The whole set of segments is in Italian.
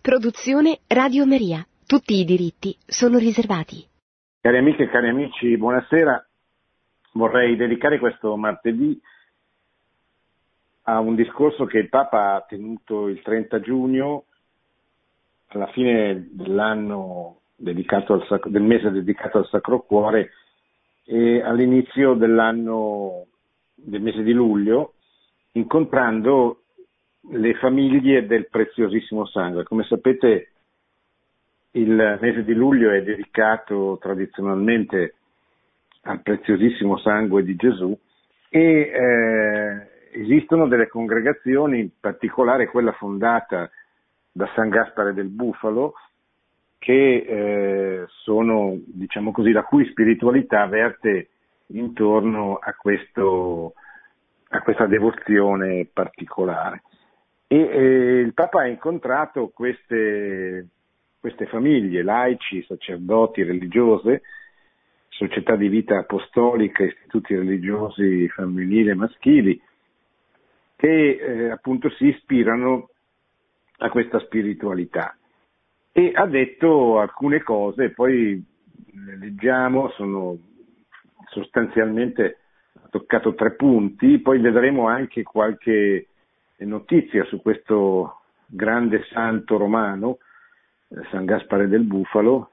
Produzione Radio Maria. Tutti i diritti sono riservati. Cari amiche e cari amici, buonasera. Vorrei dedicare questo martedì a un discorso che il Papa ha tenuto il 30 giugno, alla fine dell'anno dedicato del mese dedicato al Sacro Cuore e all'inizio del mese di luglio, incontrando le famiglie del preziosissimo sangue. Come sapete, il mese di luglio è dedicato tradizionalmente al preziosissimo sangue di Gesù e esistono delle congregazioni, in particolare quella fondata da San Gaspare del Bufalo, che sono, diciamo così, la cui spiritualità verte intorno a questa devozione particolare. E il Papa ha incontrato queste famiglie, laici, sacerdoti, religiose, società di vita apostolica, istituti religiosi femminili e maschili, che appunto si ispirano a questa spiritualità. E ha detto alcune cose, poi le leggiamo, sono sostanzialmente ha toccato 3 punti, poi vedremo anche qualche notizia su questo grande santo romano, San Gaspare del Bufalo,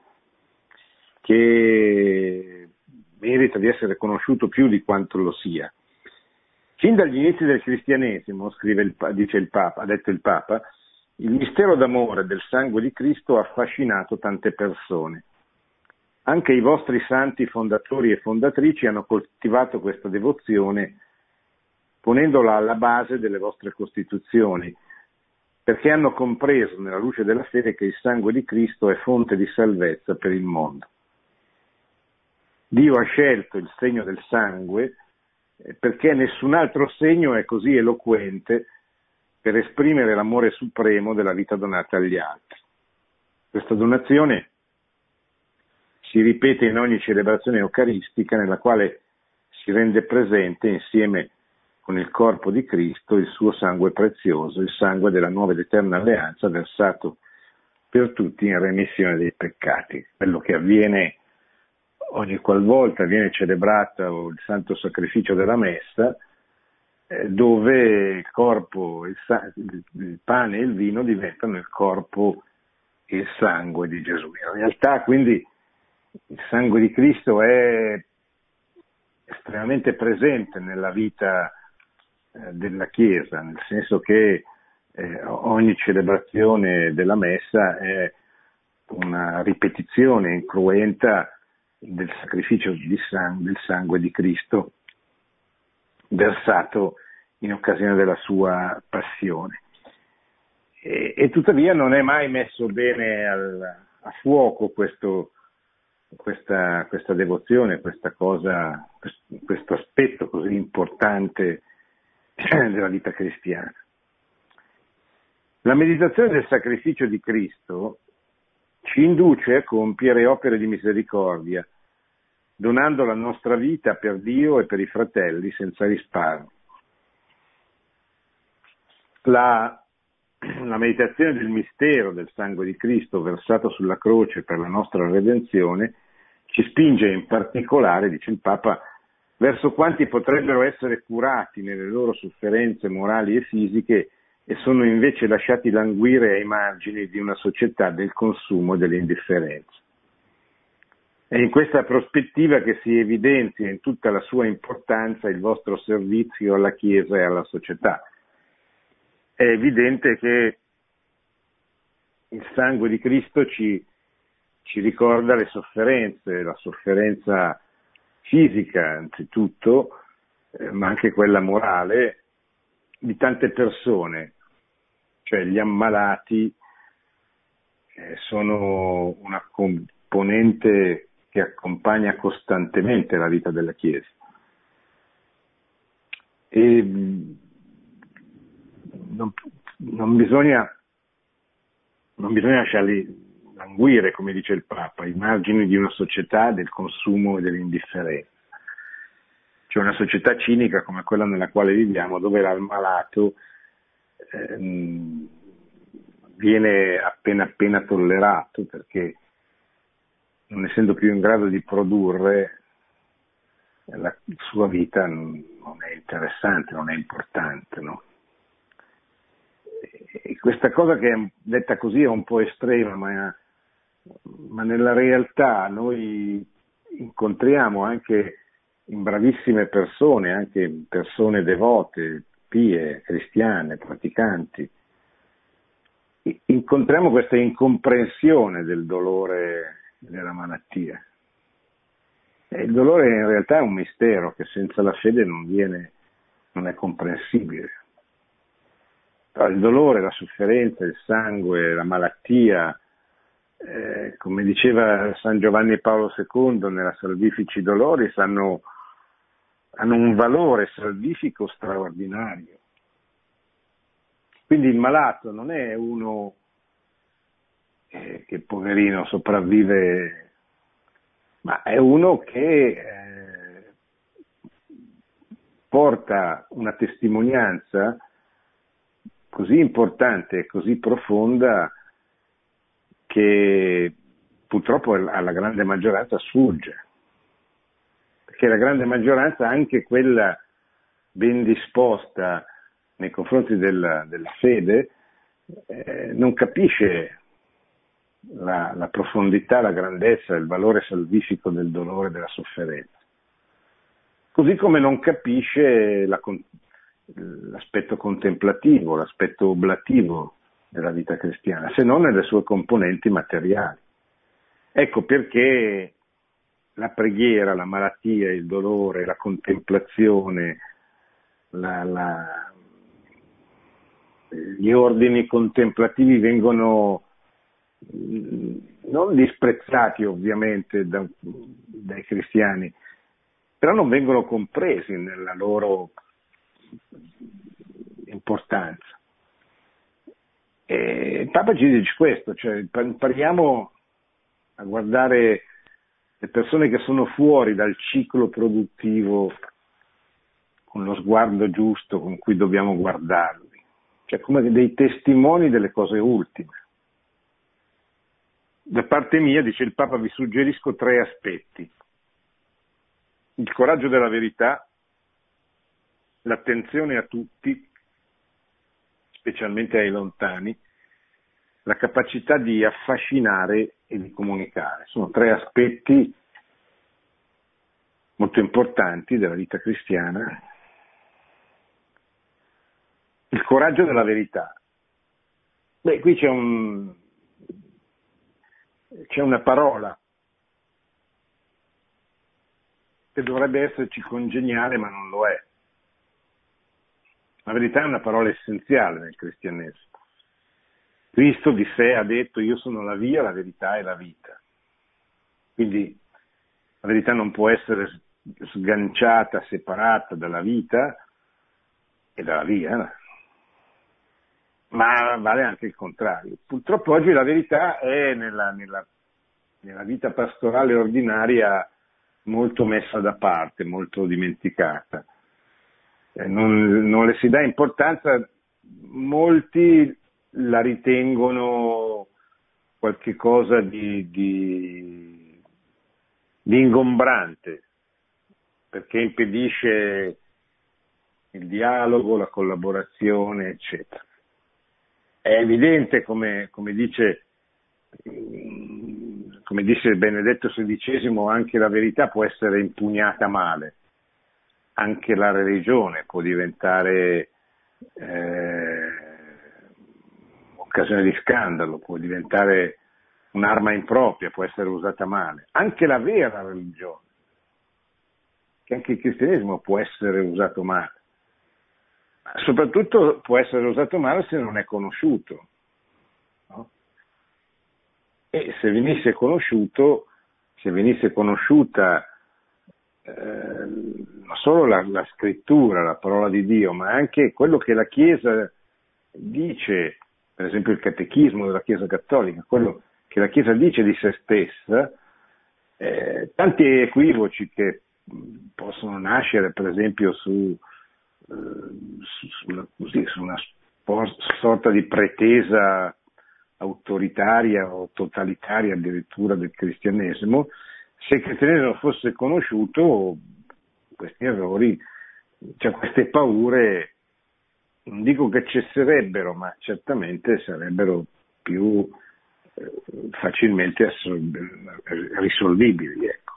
che merita di essere conosciuto più di quanto lo sia. Fin dagli inizi del cristianesimo, ha detto il Papa, il mistero d'amore del sangue di Cristo ha affascinato tante persone. Anche i vostri santi fondatori e fondatrici hanno coltivato questa devozione ponendola alla base delle vostre costituzioni, perché hanno compreso nella luce della fede che il sangue di Cristo è fonte di salvezza per il mondo. Dio ha scelto il segno del sangue perché nessun altro segno è così eloquente per esprimere l'amore supremo della vita donata agli altri. Questa donazione si ripete in ogni celebrazione eucaristica nella quale si rende presente insieme con il corpo di Cristo il suo sangue prezioso, il sangue della nuova ed eterna alleanza versato per tutti in remissione dei peccati. Quello che avviene ogni qualvolta viene celebrato il santo sacrificio della messa, dove il corpo, il pane e il vino diventano il corpo e il sangue di Gesù. In realtà quindi il sangue di Cristo è estremamente presente nella vita della Chiesa, nel senso che ogni celebrazione della messa è una ripetizione incruenta del sacrificio del sangue di Cristo versato in occasione della sua passione. E tuttavia non è mai messo bene a fuoco questa devozione, questo aspetto così importante della vita cristiana. La meditazione del sacrificio di Cristo ci induce a compiere opere di misericordia, donando la nostra vita per Dio e per i fratelli senza risparmio. La meditazione del mistero del sangue di Cristo versato sulla croce per la nostra redenzione ci spinge in particolare, dice il Papa, verso quanti potrebbero essere curati nelle loro sofferenze morali e fisiche e sono invece lasciati languire ai margini di una società del consumo e dell'indifferenza. È in questa prospettiva che si evidenzia in tutta la sua importanza il vostro servizio alla Chiesa e alla società. È evidente che il sangue di Cristo ci ricorda le sofferenze, la sofferenza fisica anzitutto, ma anche quella morale di tante persone, cioè gli ammalati sono una componente che accompagna costantemente la vita della Chiesa. E non bisogna lasciarli languire, come dice il Papa, ai margini di una società del consumo e dell'indifferenza. C'è una società cinica come quella nella quale viviamo, dove l'ammalato viene appena tollerato, perché non essendo più in grado di produrre, la sua vita non è interessante, non è importante, no? E questa cosa che è detta così è un po' estrema, ma nella realtà noi incontriamo anche in bravissime persone, anche persone devote, pie, cristiane, praticanti, incontriamo questa incomprensione del dolore e della malattia. E il dolore in realtà è un mistero che senza la fede non è comprensibile. Però il dolore, la sofferenza, il sangue, la malattia, come diceva San Giovanni Paolo II nella Salvifici Doloris, hanno un valore salvifico straordinario. Quindi il malato non è uno che poverino sopravvive, ma è uno che porta una testimonianza così importante e così profonda che purtroppo alla grande maggioranza sfugge, perché la grande maggioranza, anche quella ben disposta nei confronti della fede, non capisce la profondità, la grandezza, il valore salvifico del dolore e della sofferenza. Così come non capisce l'aspetto contemplativo, l'aspetto oblativo della vita cristiana, se non nelle sue componenti materiali. Ecco perché la preghiera, la malattia, il dolore, la contemplazione, gli ordini contemplativi vengono non disprezzati ovviamente dai cristiani, però non vengono compresi nella loro importanza. E il Papa ci dice questo, cioè impariamo a guardare le persone che sono fuori dal ciclo produttivo con lo sguardo giusto con cui dobbiamo guardarli, cioè come dei testimoni delle cose ultime. Da parte mia, dice il Papa, vi suggerisco 3 aspetti: il coraggio della verità, l'attenzione a tutti, specialmente ai lontani, la capacità di affascinare e di comunicare. Sono 3 aspetti molto importanti della vita cristiana. Il coraggio della verità. Qui c'è una parola che dovrebbe esserci congeniale, ma non lo è. La verità è una parola essenziale nel cristianesimo. Cristo di sé ha detto: io sono la via, la verità e la vita. Quindi la verità non può essere sganciata, separata dalla vita e dalla via, ma vale anche il contrario. Purtroppo oggi la verità è nella vita pastorale ordinaria molto messa da parte, molto dimenticata. Non le si dà importanza, molti la ritengono qualche cosa di ingombrante, perché impedisce il dialogo, la collaborazione, eccetera. È evidente, come disse Benedetto XVI, anche la verità può essere impugnata male, anche la religione può diventare occasione di scandalo, può diventare un'arma impropria, può essere usata male. Anche la vera religione, che anche il cristianesimo può essere usato male. Soprattutto può essere usato male se non è conosciuto, no? E se venisse conosciuta non solo la scrittura, la parola di Dio, ma anche quello che la Chiesa dice, per esempio il catechismo della Chiesa cattolica, quello che la Chiesa dice di se stessa, tanti equivoci che possono nascere, per esempio, su una sorta di pretesa autoritaria o totalitaria addirittura del cristianesimo, se il cristianesimo fosse conosciuto, questi errori, cioè queste paure, non dico che cesserebbero, ma certamente sarebbero più facilmente risolvibili. Ecco.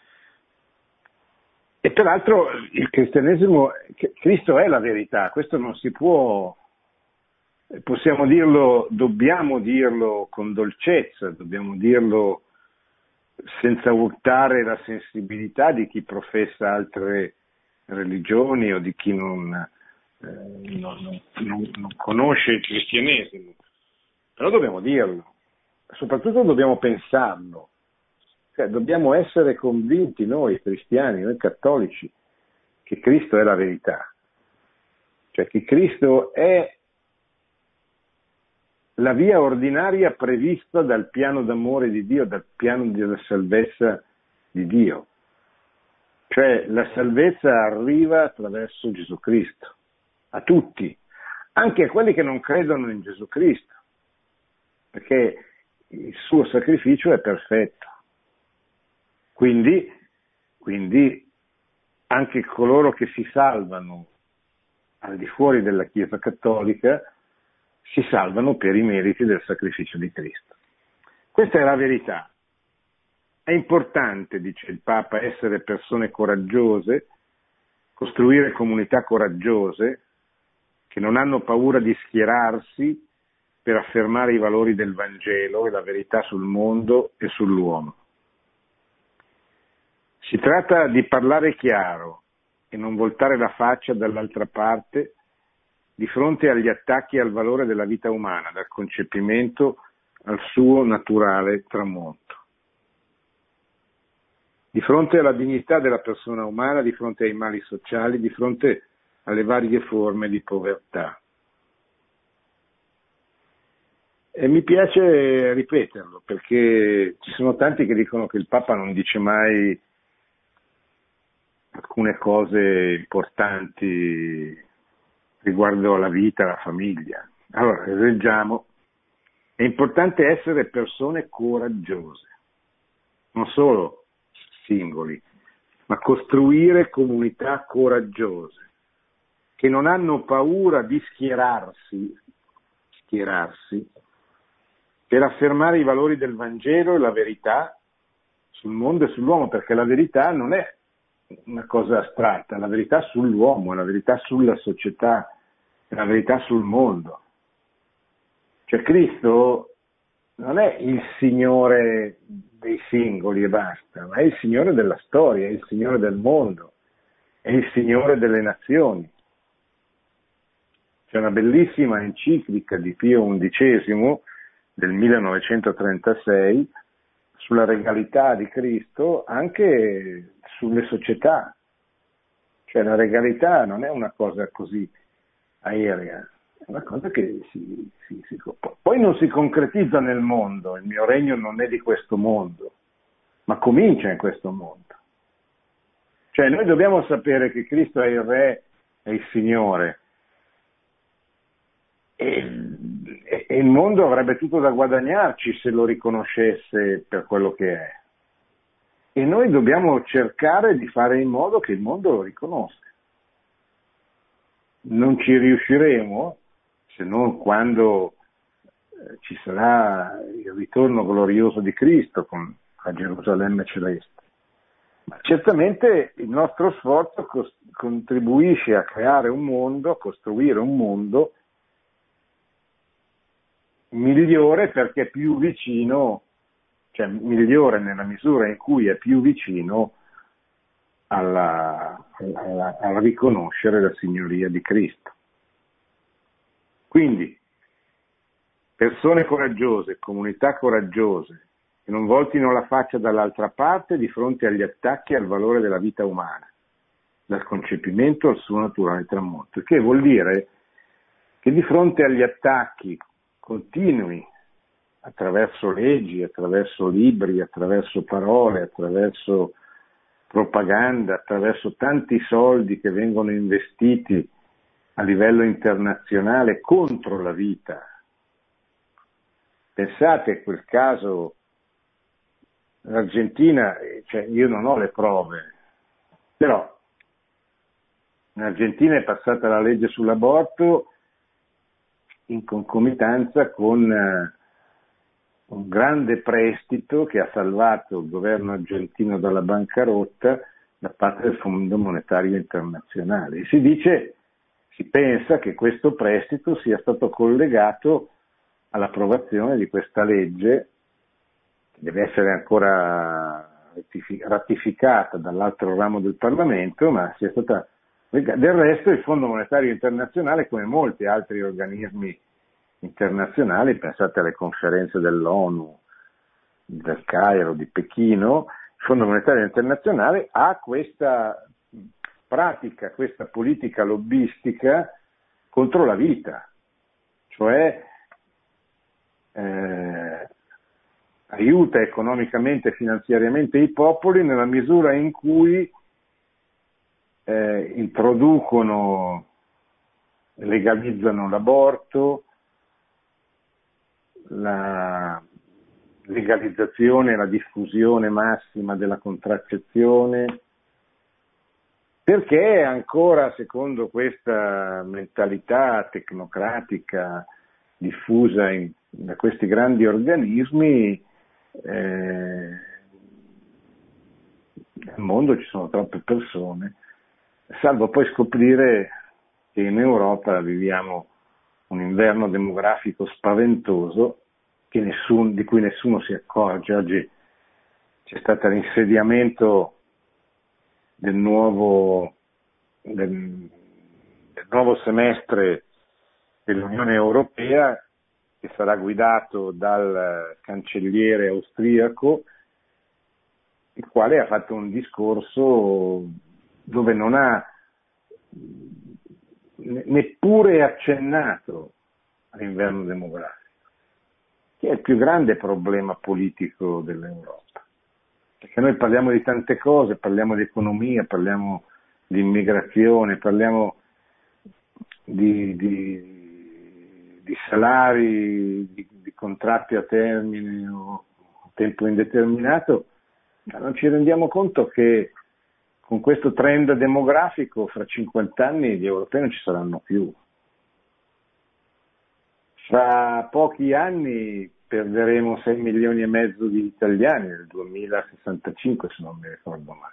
E peraltro il cristianesimo, Cristo è la verità, questo non si può, possiamo dirlo, dobbiamo dirlo con dolcezza, dobbiamo dirlo senza urtare la sensibilità di chi professa altre religioni o di chi non conosce il cristianesimo. Però dobbiamo dirlo, soprattutto dobbiamo pensarlo, cioè dobbiamo essere convinti noi cristiani, noi cattolici, che Cristo è la verità, cioè che Cristo è la via ordinaria prevista dal piano d'amore di Dio, dal piano della salvezza di Dio. Cioè la salvezza arriva attraverso Gesù Cristo, a tutti, anche a quelli che non credono in Gesù Cristo, perché il suo sacrificio è perfetto. Quindi anche coloro che si salvano al di fuori della Chiesa cattolica si salvano per i meriti del sacrificio di Cristo. Questa è la verità. È importante, dice il Papa, essere persone coraggiose, costruire comunità coraggiose che non hanno paura di schierarsi per affermare i valori del Vangelo e la verità sul mondo e sull'uomo. Si tratta di parlare chiaro e non voltare la faccia dall'altra parte di fronte agli attacchi al valore della vita umana, dal concepimento al suo naturale tramonto. Di fronte alla dignità della persona umana, di fronte ai mali sociali, di fronte alle varie forme di povertà. E mi piace ripeterlo, perché ci sono tanti che dicono che il Papa non dice mai alcune cose importanti riguardo alla vita, alla famiglia. Allora, leggiamo, è importante essere persone coraggiose, non solo singoli, ma costruire comunità coraggiose, che non hanno paura di schierarsi per affermare i valori del Vangelo e la verità sul mondo e sull'uomo, perché la verità non è una cosa astratta, la verità sull'uomo, la verità sulla società, la verità sul mondo. Cioè Cristo non è il Signore dei singoli e basta, ma è il Signore della storia, è il Signore del mondo, è il Signore delle nazioni. C'è una bellissima enciclica di Pio XI del 1936 sulla regalità di Cristo anche sulle società. Cioè la regalità non è una cosa così aerea, è una cosa che poi non si concretizza nel mondo. Il mio regno non è di questo mondo, ma comincia in questo mondo. Cioè noi dobbiamo sapere che Cristo è il Re, è il Signore, e il mondo avrebbe tutto da guadagnarci se lo riconoscesse per quello che è. E noi dobbiamo cercare di fare in modo che il mondo lo riconosca. Non ci riusciremo se non quando ci sarà il ritorno glorioso di Cristo con la Gerusalemme celeste. Ma certamente il nostro sforzo contribuisce a creare un mondo, a costruire un mondo migliore, perché è più vicino, cioè migliore nella misura in cui è più vicino a riconoscere la signoria di Cristo. Quindi persone coraggiose, comunità coraggiose, che non voltino la faccia dall'altra parte di fronte agli attacchi al valore della vita umana, dal concepimento al suo naturale tramonto, il che vuol dire che di fronte agli attacchi continui attraverso leggi, attraverso libri, attraverso parole, attraverso propaganda, attraverso tanti soldi che vengono investiti a livello internazionale contro la vita, Pensate a quel caso, l'Argentina, cioè io non ho le prove, però in Argentina è passata la legge sull'aborto in concomitanza con un grande prestito che ha salvato il governo argentino dalla bancarotta da parte del Fondo Monetario Internazionale. Si pensa che questo prestito sia stato collegato all'approvazione di questa legge, che deve essere ancora ratificata dall'altro ramo del Parlamento, ma sia stata. Del resto il Fondo Monetario Internazionale, come molti altri organismi internazionali, pensate alle conferenze dell'ONU, del Cairo, di Pechino, il Fondo Monetario Internazionale ha questa pratica, questa politica lobbistica contro la vita, cioè aiuta economicamente e finanziariamente i popoli nella misura in cui introducono, legalizzano l'aborto, la legalizzazione e la diffusione massima della contraccezione, perché ancora, secondo questa mentalità tecnocratica diffusa da questi grandi organismi, nel mondo ci sono troppe persone, salvo poi scoprire che in Europa viviamo un inverno demografico spaventoso di cui nessuno si accorge. Oggi c'è stato l'insediamento del nuovo semestre dell'Unione Europea, che sarà guidato dal cancelliere austriaco, il quale ha fatto un discorso dove non ha neppure accennato all'inverno demografico, che è il più grande problema politico dell'Europa. Perché noi parliamo di tante cose, parliamo di economia, parliamo di immigrazione, parliamo di salari, di contratti a termine o a tempo indeterminato, ma non ci rendiamo conto che con questo trend demografico fra 50 anni gli europei non ci saranno più. Fra pochi anni perderemo 6 milioni e mezzo di italiani nel 2065, se non mi ricordo male.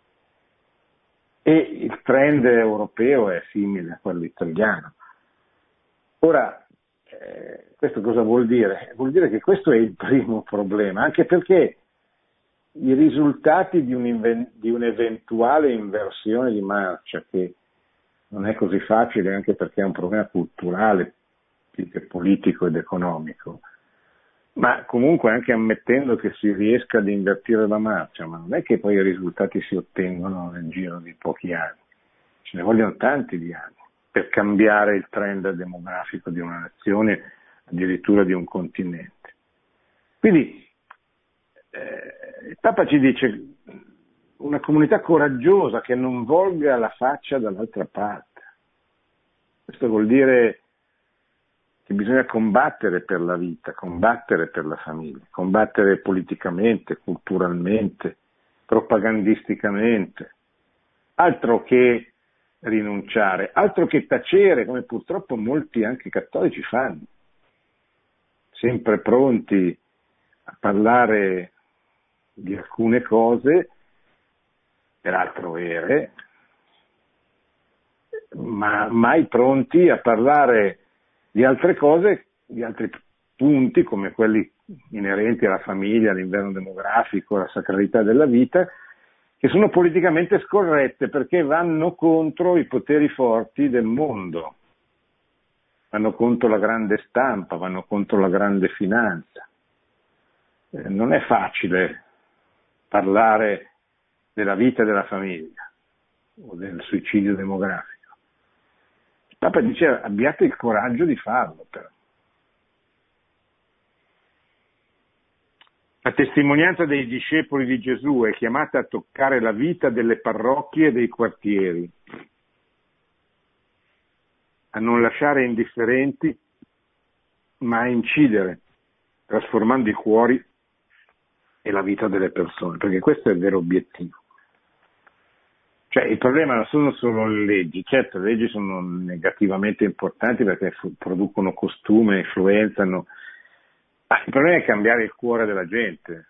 E il trend europeo è simile a quello italiano. Ora, questo cosa vuol dire? Vuol dire che questo è il primo problema, anche perché i risultati di un'eventuale inversione di marcia, che non è così facile anche perché è un problema culturale più che politico ed economico, ma comunque anche ammettendo che si riesca ad invertire la marcia, ma non è che poi i risultati si ottengono nel giro di pochi anni, ce ne vogliono tanti di anni per cambiare il trend demografico di una nazione, addirittura di un continente. Quindi il Papa ci dice una comunità coraggiosa che non volga la faccia dall'altra parte. Questo vuol dire che bisogna combattere per la vita, combattere per la famiglia, combattere politicamente, culturalmente, propagandisticamente, altro che rinunciare, altro che tacere, come purtroppo molti anche cattolici fanno, sempre pronti a parlare di alcune cose, peraltro vere, ma mai pronti a parlare di altre cose, di altri punti come quelli inerenti alla famiglia, all'inverno demografico, alla sacralità della vita, che sono politicamente scorrette perché vanno contro i poteri forti del mondo, vanno contro la grande stampa, vanno contro la grande finanza. Non è facile parlare della vita e della famiglia o del suicidio demografico. Il Papa dice abbiate il coraggio di farlo, però. La testimonianza dei discepoli di Gesù è chiamata a toccare la vita delle parrocchie e dei quartieri, a non lasciare indifferenti, ma a incidere trasformando i cuori e la vita delle persone, perché questo è il vero obiettivo. Cioè, il problema non sono solo le leggi, certo le leggi sono negativamente importanti perché producono costume, influenzano, ma il problema è cambiare il cuore della gente,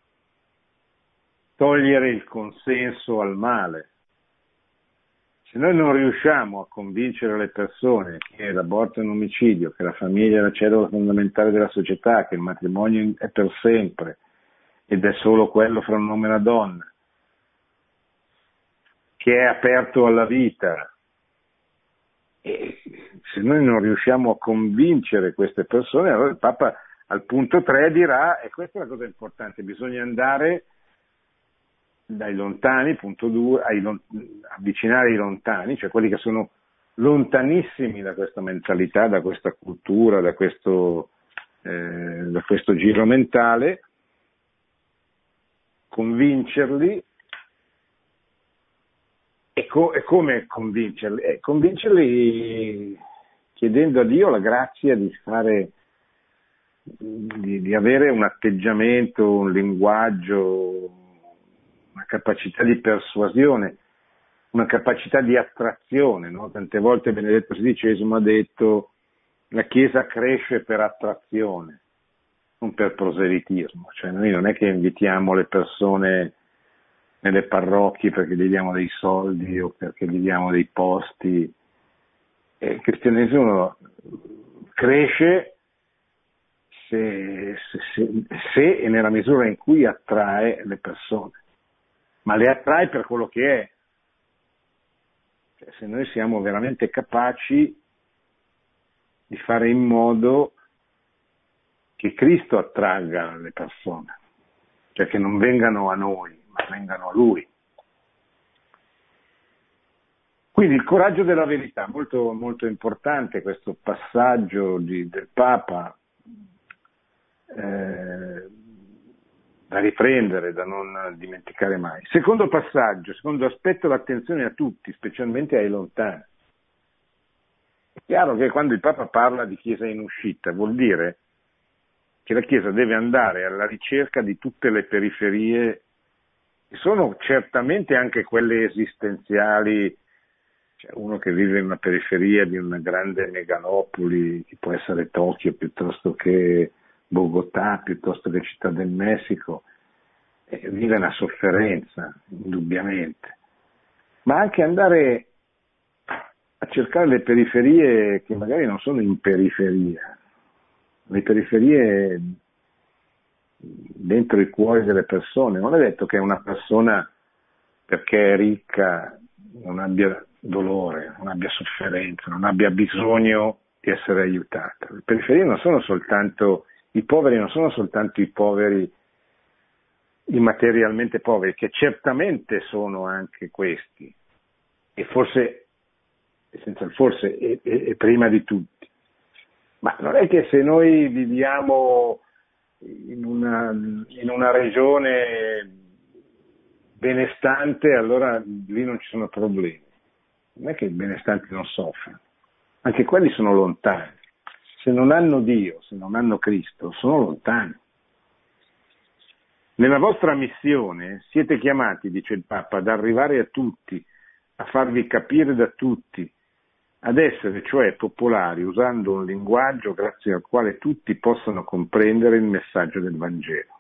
togliere il consenso al male. Se noi non riusciamo a convincere le persone che l'aborto è un omicidio, che la famiglia è la cellula fondamentale della società, che il matrimonio è per sempre ed è solo quello fra un uomo e una donna, che è aperto alla vita, e se noi non riusciamo a convincere queste persone, allora il Papa al punto 3 dirà, e questa è la cosa importante, bisogna andare dai lontani, punto 2, avvicinare i lontani, cioè quelli che sono lontanissimi da questa mentalità, da questa cultura, da questo giro mentale, convincerli. E come convincerli? Convincerli chiedendo a Dio la grazia di avere un atteggiamento, un linguaggio, una capacità di persuasione, una capacità di attrazione, no? Tante volte Benedetto XVI ha detto la Chiesa cresce per attrazione, non per proselitismo, cioè noi non è che invitiamo le persone nelle parrocchie perché gli diamo dei soldi o perché gli diamo dei posti. Il cristianesimo cresce se e nella misura in cui attrae le persone, ma le attrae per quello che è. Cioè, se noi siamo veramente capaci di fare in modo che Cristo attragga le persone, cioè che non vengano a noi, ma vengano a Lui. Quindi il coraggio della verità, molto, molto importante questo passaggio del Papa, da riprendere, da non dimenticare mai. Secondo passaggio, secondo aspetto, l'attenzione a tutti, specialmente ai lontani. È chiaro che quando il Papa parla di Chiesa in uscita, vuol dire che la Chiesa deve andare alla ricerca di tutte le periferie, che sono certamente anche quelle esistenziali. Cioè, uno che vive in una periferia di una grande megalopoli, che può essere Tokyo piuttosto che Bogotà, piuttosto che Città del Messico, vive una sofferenza, indubbiamente. Ma anche andare a cercare le periferie che magari non sono in periferia, le periferie dentro i cuori delle persone. Non è detto che una persona, perché è ricca, non abbia dolore, non abbia sofferenza, non abbia bisogno di essere aiutata. Le periferie non sono soltanto i poveri, non sono soltanto i poveri immaterialmente poveri, che certamente sono anche questi, e forse, senza il forse, e prima di tutti. Ma non è che se noi viviamo in una regione benestante, allora lì non ci sono problemi. Non è che i benestanti non soffrono, anche quelli sono lontani. Se non hanno Dio, se non hanno Cristo, sono lontani. Nella vostra missione siete chiamati, dice il Papa, ad arrivare a tutti, a farvi capire da tutti, ad essere cioè popolari, usando un linguaggio grazie al quale tutti possano comprendere il messaggio del Vangelo.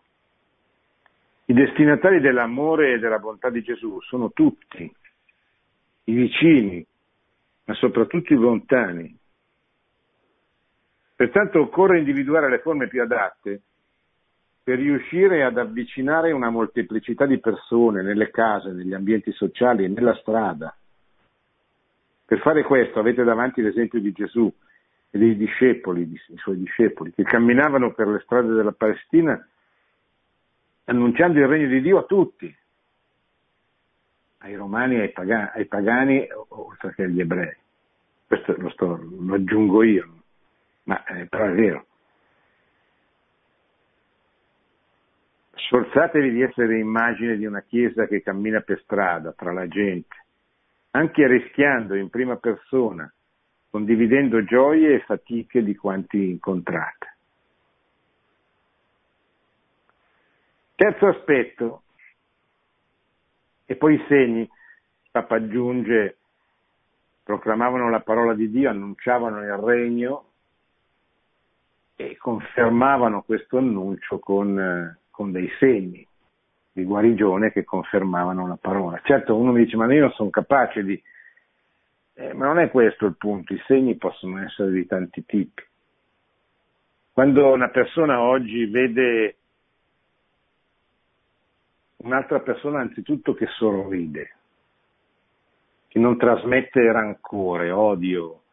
I destinatari dell'amore e della bontà di Gesù sono tutti, i vicini, ma soprattutto i lontani. Pertanto occorre individuare le forme più adatte per riuscire ad avvicinare una molteplicità di persone nelle case, negli ambienti sociali e nella strada. Per fare questo avete davanti l'esempio di Gesù e dei discepoli, i suoi discepoli, che camminavano per le strade della Palestina annunciando il regno di Dio a tutti, ai romani e ai pagani, oltre che agli ebrei. Questo lo aggiungo io, ma però è vero. Sforzatevi di essere immagine di una Chiesa che cammina per strada, tra la gente, anche rischiando in prima persona, condividendo gioie e fatiche di quanti incontrate. Terzo aspetto, e poi i segni, Papa aggiunge, proclamavano la parola di Dio, annunciavano il regno e confermavano questo annuncio con dei segni di guarigione che confermavano la parola. Certo, uno mi dice, ma io non sono capace di... ma non è questo il punto, i segni possono essere di tanti tipi. Quando una persona oggi vede un'altra persona anzitutto che sorride, che non trasmette rancore, odio,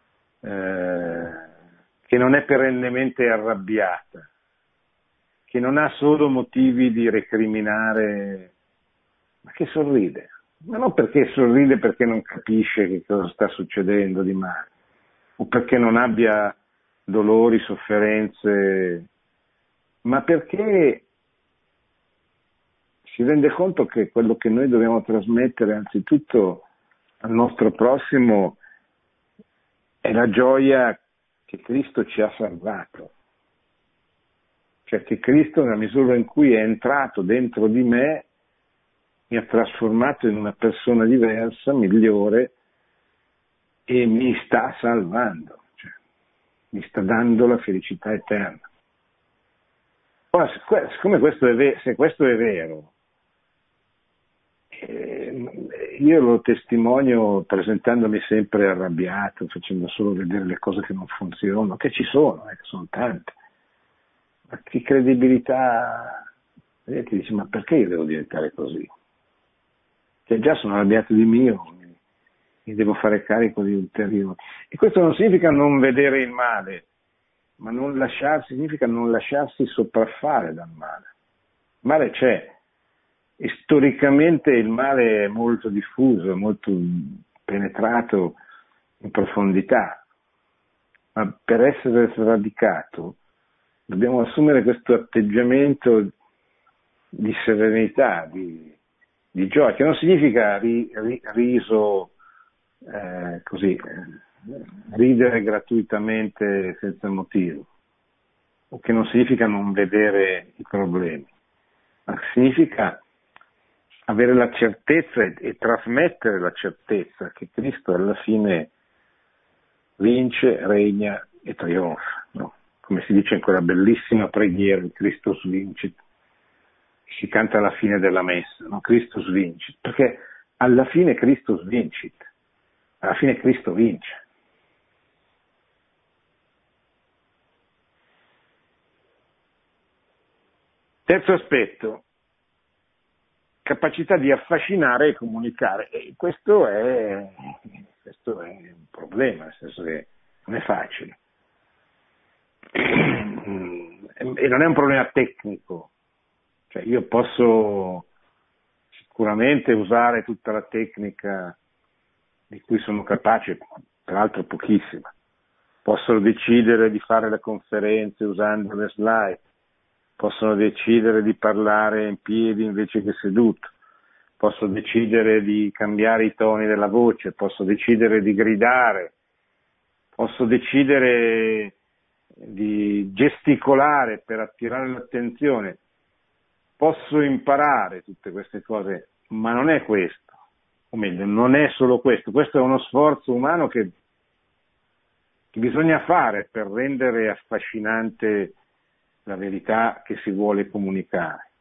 che non è perennemente arrabbiata, che non ha solo motivi di recriminare, ma che sorride. Ma non perché sorride perché non capisce che cosa sta succedendo di male, o perché non abbia dolori, sofferenze, ma perché si rende conto che quello che noi dobbiamo trasmettere anzitutto al nostro prossimo è la gioia che Cristo ci ha salvato. Cioè che Cristo, nella misura in cui è entrato dentro di me, mi ha trasformato in una persona diversa, migliore, e mi sta salvando, cioè, mi sta dando la felicità eterna. Ora, siccome se questo è vero, io lo testimonio presentandomi sempre arrabbiato, facendo solo vedere le cose che non funzionano, che ci sono, che sono tante. Ma che credibilità? Ti dice, ma perché io devo diventare così? Cioè già sono arrabbiato di mio, mi devo fare carico di ulteriori. E questo non significa non vedere il male, ma significa non lasciarsi sopraffare dal male. Il male c'è, e storicamente il male è molto diffuso, è molto penetrato in profondità, ma per essere sradicato dobbiamo assumere questo atteggiamento di serenità, di gioia, che non significa riso così, ridere gratuitamente senza motivo, o che non significa non vedere i problemi, ma significa avere la certezza e trasmettere la certezza che Cristo alla fine vince, regna e trionfa, no? Come si dice in quella bellissima preghiera, il Christus vincit, si canta alla fine della messa, no? Christus vincit, perché alla fine Christus vincit, alla fine Cristo vince. Terzo aspetto, capacità di affascinare e comunicare, e questo è un problema, nel senso che non è facile. E non è un problema tecnico, cioè io posso sicuramente usare tutta la tecnica di cui sono capace, peraltro pochissima, posso decidere di fare le conferenze usando le slide, possono decidere di parlare in piedi invece che seduto, posso decidere di cambiare i toni della voce, posso decidere di gridare, posso decidere di gesticolare per attirare l'attenzione, posso imparare tutte queste cose, ma non è questo, o meglio, non è solo questo è uno sforzo umano che bisogna fare per rendere affascinante la verità che si vuole comunicare.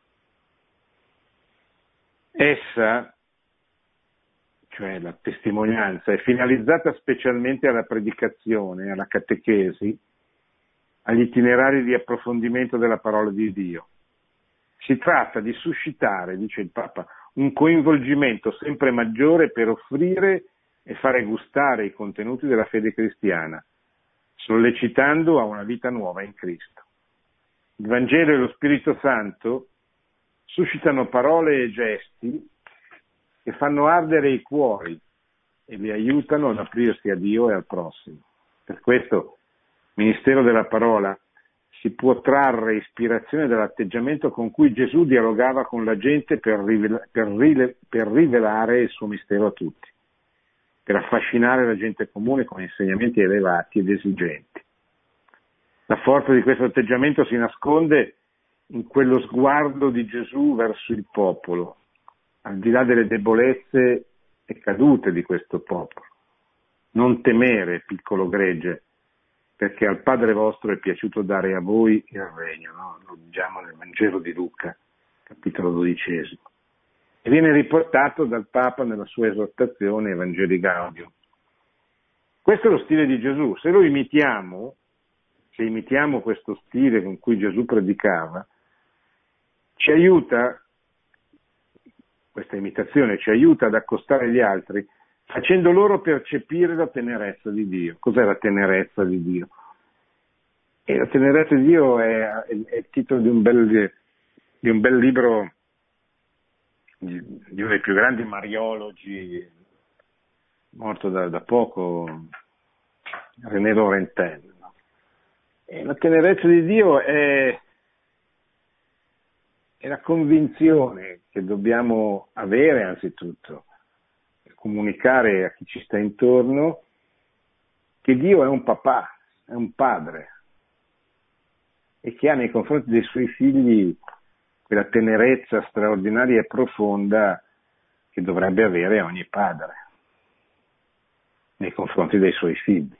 Essa, cioè la testimonianza, è finalizzata specialmente alla predicazione, alla catechesi, agli itinerari di approfondimento della parola di Dio. Si tratta di suscitare, dice il Papa, un coinvolgimento sempre maggiore per offrire e fare gustare i contenuti della fede cristiana, sollecitando a una vita nuova in Cristo. Il Vangelo e lo Spirito Santo suscitano parole e gesti che fanno ardere i cuori e li aiutano ad aprirsi a Dio e al prossimo. Per questo, ministero della parola, si può trarre ispirazione dall'atteggiamento con cui Gesù dialogava con la gente per rivelare il suo mistero a tutti, per affascinare la gente comune con insegnamenti elevati ed esigenti. La forza di questo atteggiamento si nasconde in quello sguardo di Gesù verso il popolo, al di là delle debolezze e cadute di questo popolo. Non temere, piccolo gregge, perché al Padre vostro è piaciuto dare a voi il regno, no? Lo leggiamo nel Vangelo di Luca, capitolo 12. E viene riportato dal Papa nella sua esortazione Evangelii Gaudium. Questo è lo stile di Gesù. Se lo imitiamo, se imitiamo questo stile con cui Gesù predicava, ci aiuta, questa imitazione ci aiuta ad accostare gli altri, facendo loro percepire la tenerezza di Dio. Cos'è la tenerezza di Dio? E la tenerezza di Dio è il titolo di un bel libro di uno dei più grandi mariologi, morto da poco, René Laurentin. E la tenerezza di Dio è la convinzione che dobbiamo avere anzitutto, comunicare a chi ci sta intorno, che Dio è un papà, è un padre, e che ha nei confronti dei suoi figli quella tenerezza straordinaria e profonda che dovrebbe avere ogni padre nei confronti dei suoi figli.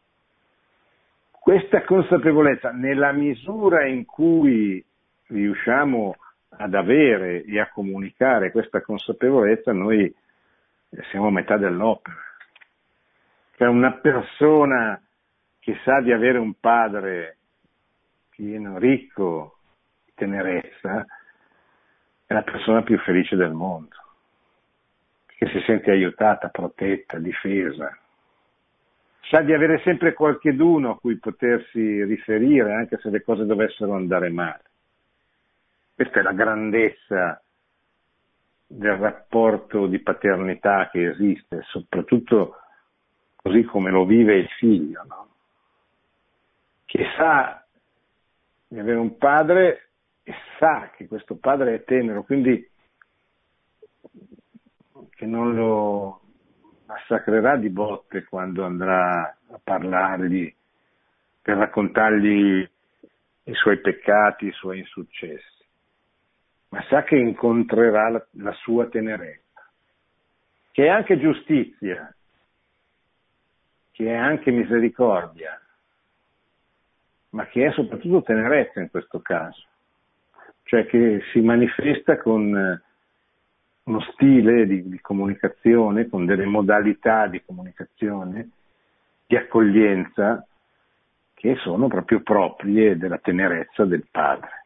Questa consapevolezza, nella misura in cui riusciamo ad avere e a comunicare questa consapevolezza, noi siamo a metà dell'opera. Cioè una persona che sa di avere un padre pieno, ricco di tenerezza, è la persona più felice del mondo, che si sente aiutata, protetta, difesa. Sa di avere sempre qualcheduno a cui potersi riferire, anche se le cose dovessero andare male. Questa è la grandezza del rapporto di paternità che esiste, soprattutto così come lo vive il figlio, no? Che sa di avere un padre e sa che questo padre è tenero, quindi che non lo massacrerà di botte quando andrà a parlargli per raccontargli i suoi peccati, i suoi insuccessi, ma sa che incontrerà la sua tenerezza, che è anche giustizia, che è anche misericordia, ma che è soprattutto tenerezza in questo caso, cioè che si manifesta con uno stile di comunicazione, con delle modalità di comunicazione, di accoglienza, che sono proprio proprie della tenerezza del padre.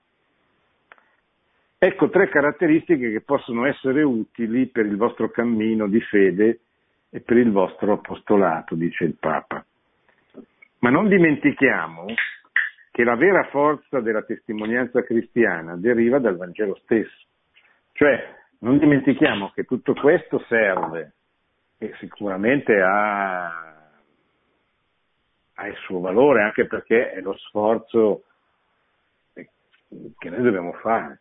Ecco 3 caratteristiche che possono essere utili per il vostro cammino di fede e per il vostro apostolato, dice il Papa. Ma non dimentichiamo che la vera forza della testimonianza cristiana deriva dal Vangelo stesso. Cioè, non dimentichiamo che tutto questo serve e sicuramente ha il suo valore, anche perché è lo sforzo che noi dobbiamo fare.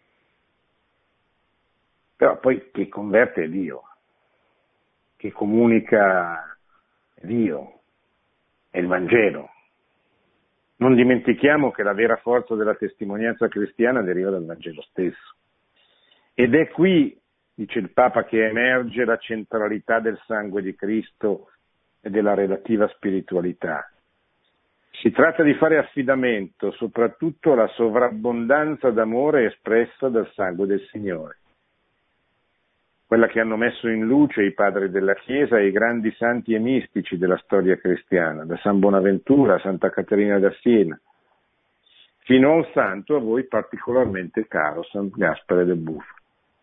Però poi chi converte è Dio, chi comunica è Dio, è il Vangelo. Non dimentichiamo che la vera forza della testimonianza cristiana deriva dal Vangelo stesso. Ed è qui, dice il Papa, che emerge la centralità del sangue di Cristo e della relativa spiritualità. Si tratta di fare affidamento soprattutto alla sovrabbondanza d'amore espressa dal sangue del Signore, quella che hanno messo in luce i padri della Chiesa e i grandi santi e mistici della storia cristiana, da San Bonaventura a Santa Caterina da Siena, fino a un santo a voi particolarmente caro, San Gaspare del Bufalo.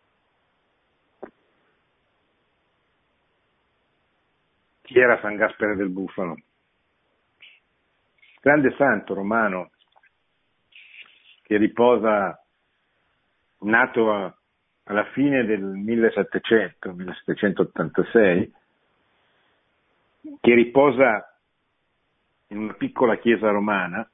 Chi era San Gaspare del Bufalo? Grande santo romano che riposa, nato alla fine del 1786, che riposa in una piccola chiesa romana,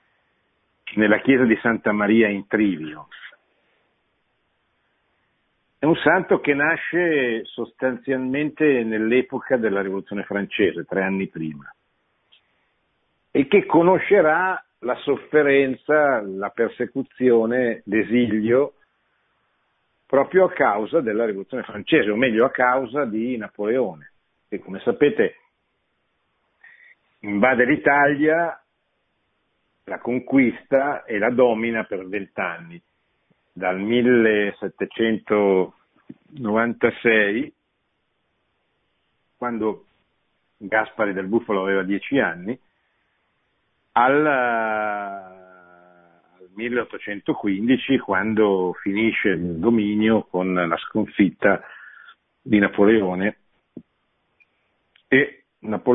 nella chiesa di Santa Maria in Trivio. È un santo che nasce sostanzialmente nell'epoca della Rivoluzione francese, 3 anni prima, e che conoscerà la sofferenza, la persecuzione, l'esilio, proprio a causa della Rivoluzione francese, o meglio a causa di Napoleone, che come sapete invade l'Italia, la conquista e la domina per 20 anni, dal 1796, quando Gaspare del Bufalo aveva 10 anni, al 1815, quando finisce il dominio con la sconfitta di Napoleone e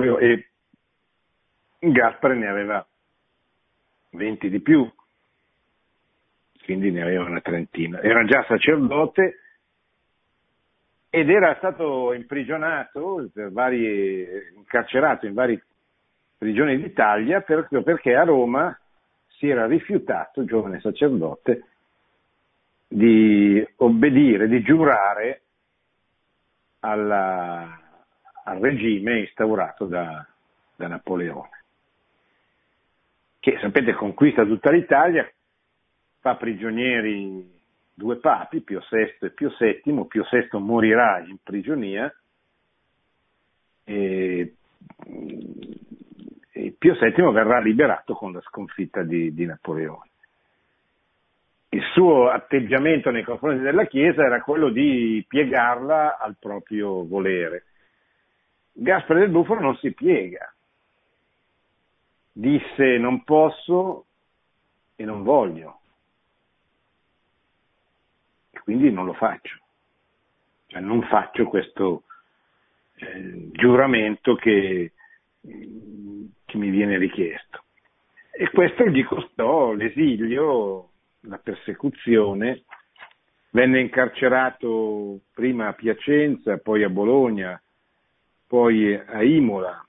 Gaspare ne aveva 20 di più, quindi ne aveva una trentina. Era già sacerdote ed era stato imprigionato, incarcerato in varie prigioni d'Italia perché a Roma si era rifiutato, giovane sacerdote, di obbedire, di giurare al regime instaurato da Napoleone, che sapete conquista tutta l'Italia, fa prigionieri 2 papi, Pio VI e Pio VII. Pio VI morirà in prigionia e Pio VII verrà liberato con la sconfitta di Napoleone. Il suo atteggiamento nei confronti della Chiesa era quello di piegarla al proprio volere. Gaspare del Bufalo non si piega, disse non posso e non voglio, e quindi non lo faccio, cioè non faccio questo giuramento che mi viene richiesto. E questo gli costò l'esilio, la persecuzione, venne incarcerato prima a Piacenza, poi a Bologna, poi a Imola,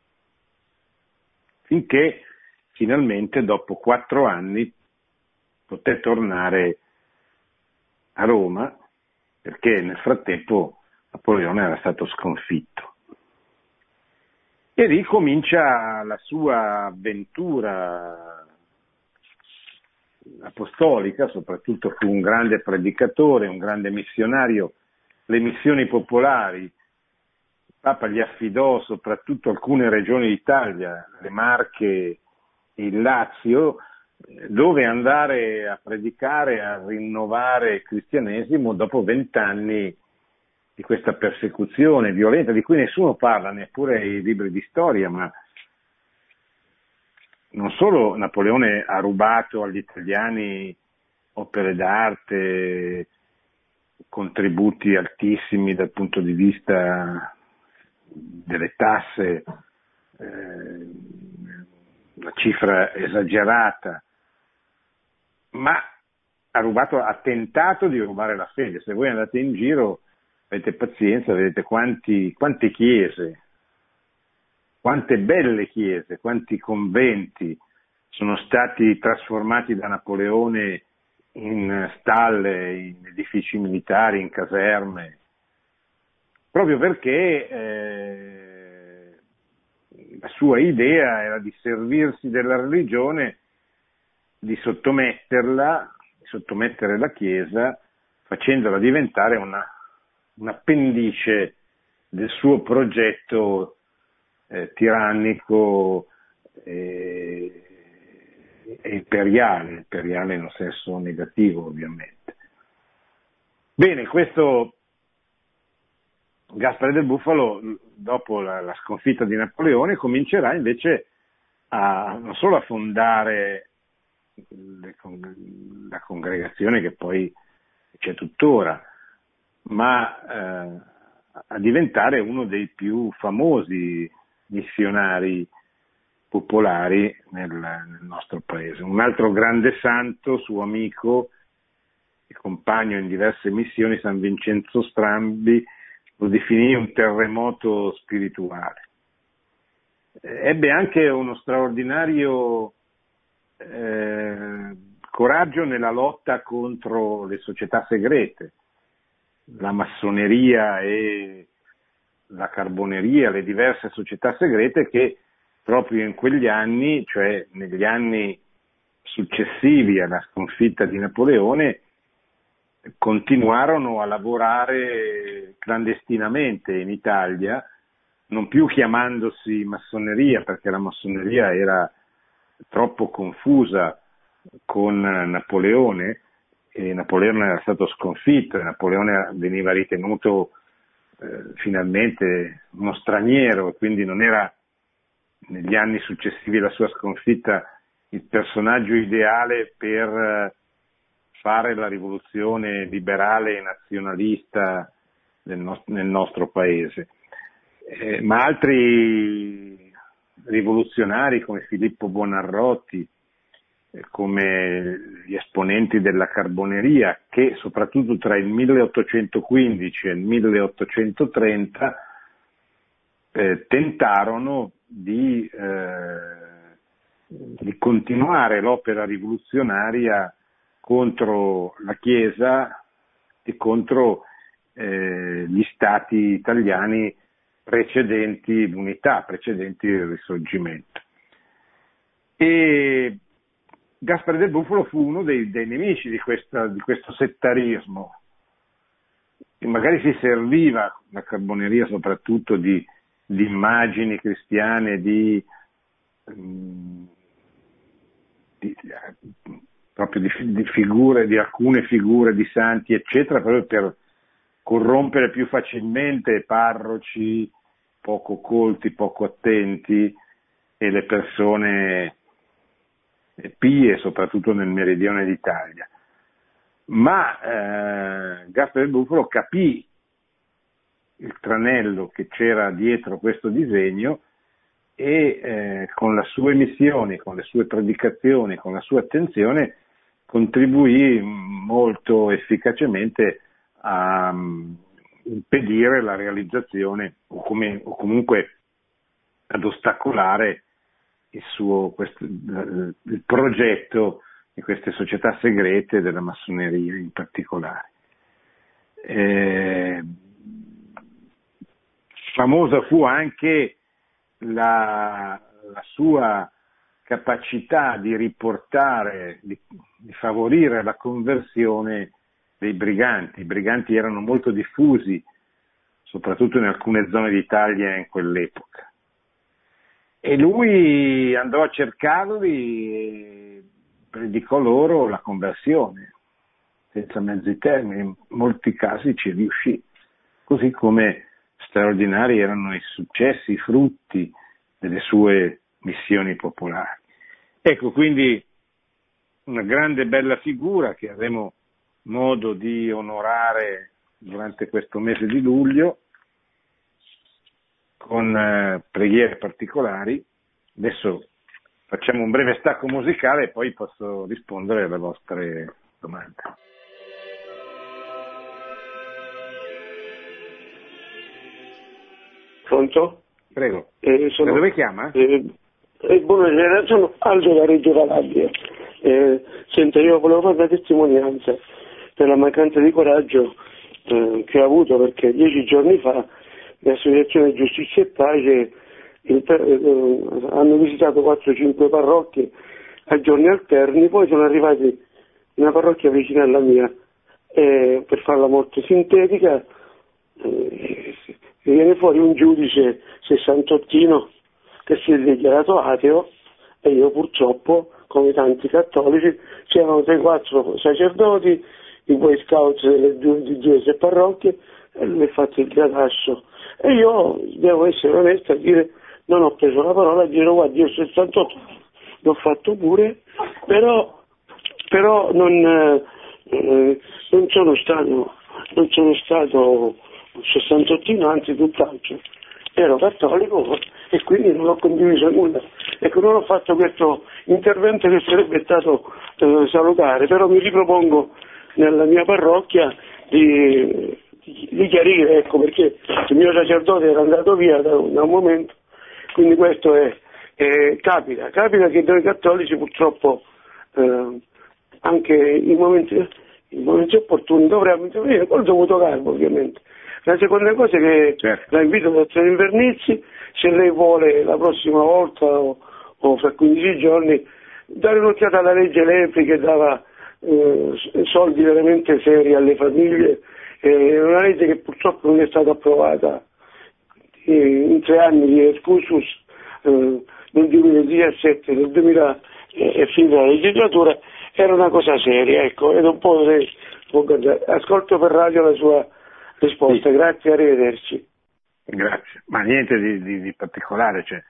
finché finalmente dopo 4 anni poté tornare a Roma, perché nel frattempo Napoleone era stato sconfitto. E ricomincia la sua avventura apostolica, soprattutto fu un grande predicatore, un grande missionario. Le missioni popolari, il Papa gli affidò soprattutto alcune regioni d'Italia, le Marche e il Lazio, dove andare a predicare, a rinnovare il cristianesimo dopo 20 anni di questa persecuzione violenta, di cui nessuno parla, neppure i libri di storia, ma non solo Napoleone ha rubato agli italiani opere d'arte, contributi altissimi dal punto di vista delle tasse, una cifra esagerata, ma ha tentato di rubare la fede. Se voi andate in giro, avete pazienza, vedete quante chiese, quante belle chiese, quanti conventi sono stati trasformati da Napoleone in stalle, in edifici militari, in caserme, proprio perché la sua idea era di servirsi della religione, di sottomettere la Chiesa, facendola diventare un'appendice del suo progetto tirannico e imperiale in senso negativo ovviamente. Bene, questo Gaspare del Bufalo, dopo la sconfitta di Napoleone, comincerà invece non solo a fondare la congregazione che poi c'è tuttora, ma a diventare uno dei più famosi missionari popolari nel nostro paese. Un altro grande santo, suo amico e compagno in diverse missioni, San Vincenzo Strambi, lo definì un terremoto spirituale. Ebbe anche uno straordinario coraggio nella lotta contro le società segrete. la massoneria e la carboneria, le diverse società segrete che proprio in quegli anni, cioè negli anni successivi alla sconfitta di Napoleone, continuarono a lavorare clandestinamente in Italia, non più chiamandosi massoneria, perché la massoneria era troppo confusa con Napoleone, e Napoleone era stato sconfitto, e Napoleone veniva ritenuto finalmente uno straniero, e quindi non era negli anni successivi alla sua sconfitta il personaggio ideale per fare la rivoluzione liberale e nazionalista nel nostro paese. Ma altri rivoluzionari come Filippo Buonarroti, come gli esponenti della carboneria, che soprattutto tra il 1815 e il 1830 tentarono di continuare l'opera rivoluzionaria contro la Chiesa e contro gli stati italiani precedenti l'unità, precedenti il Risorgimento. E Gaspare del Bufalo fu uno dei nemici di questo settarismo, e magari si serviva la carboneria soprattutto di immagini cristiane, proprio di figure, di alcune figure di santi, eccetera, proprio per corrompere più facilmente parroci poco colti, poco attenti e le persone pie, soprattutto nel meridione d'Italia. Ma Gaspare del Bufalo capì il tranello che c'era dietro questo disegno e con le sue missioni, con le sue predicazioni, con la sua attenzione contribuì molto efficacemente a impedire la realizzazione o comunque ad ostacolare il progetto di queste società segrete, della massoneria in particolare. Famosa fu anche la sua capacità di riportare, di favorire la conversione dei briganti. I briganti erano molto diffusi, soprattutto in alcune zone d'Italia in quell'epoca. E lui andò a cercarli e predicò loro la conversione, senza mezzi termini. In molti casi ci riuscì, così come straordinari erano i successi, i frutti delle sue missioni popolari. Ecco, quindi una grande bella figura che avremo modo di onorare durante questo mese di luglio con preghiere particolari. Adesso facciamo un breve stacco musicale e poi posso rispondere alle vostre domande. Pronto? Prego. Da dove chiama? Buonasera, sono Aldo da Reggio Calabria. Senta, io volevo fare una testimonianza per la mancanza di coraggio che ho avuto, perché 10 giorni fa l'Associazione Giustizia e Pace hanno visitato 4-5 parrocchie a giorni alterni, poi sono arrivati in una parrocchia vicina alla mia per fare la morte sintetica. Viene fuori un giudice sessantottino che si è dichiarato ateo, e io purtroppo, come tanti cattolici, c'erano 3-4 sacerdoti, i Boy Scouts di due parrocchie, e lui ha fatto il gradasso. E io devo essere onesto a dire, non ho preso la parola, a dire guarda, io 68 l'ho fatto pure, però non sono stato sessantottino, anzi tutt'altro. Ero cattolico e quindi non ho condiviso nulla. Ecco, non ho fatto questo intervento che sarebbe stato salutare, però mi ripropongo nella mia parrocchia di chiarire, ecco, perché il mio sacerdote era andato via da un momento, quindi questo capita che noi cattolici purtroppo anche i momenti in momenti opportuni dovremmo intervenire col dovuto garbo, ovviamente. La seconda cosa è che Certo. la invito a dottor Invernizzi, se lei vuole la prossima volta o fra 15 giorni, dare un'occhiata alla legge Lepri che dava soldi veramente seri alle famiglie, una legge che purtroppo non è stata approvata in 3 anni di excursus nel 2017, nel 2000 e fine della legislatura, era una cosa seria, ecco, ed un po' ascolto per radio la sua risposta, Sì. grazie, arrivederci. Grazie, ma niente di particolare, cioè,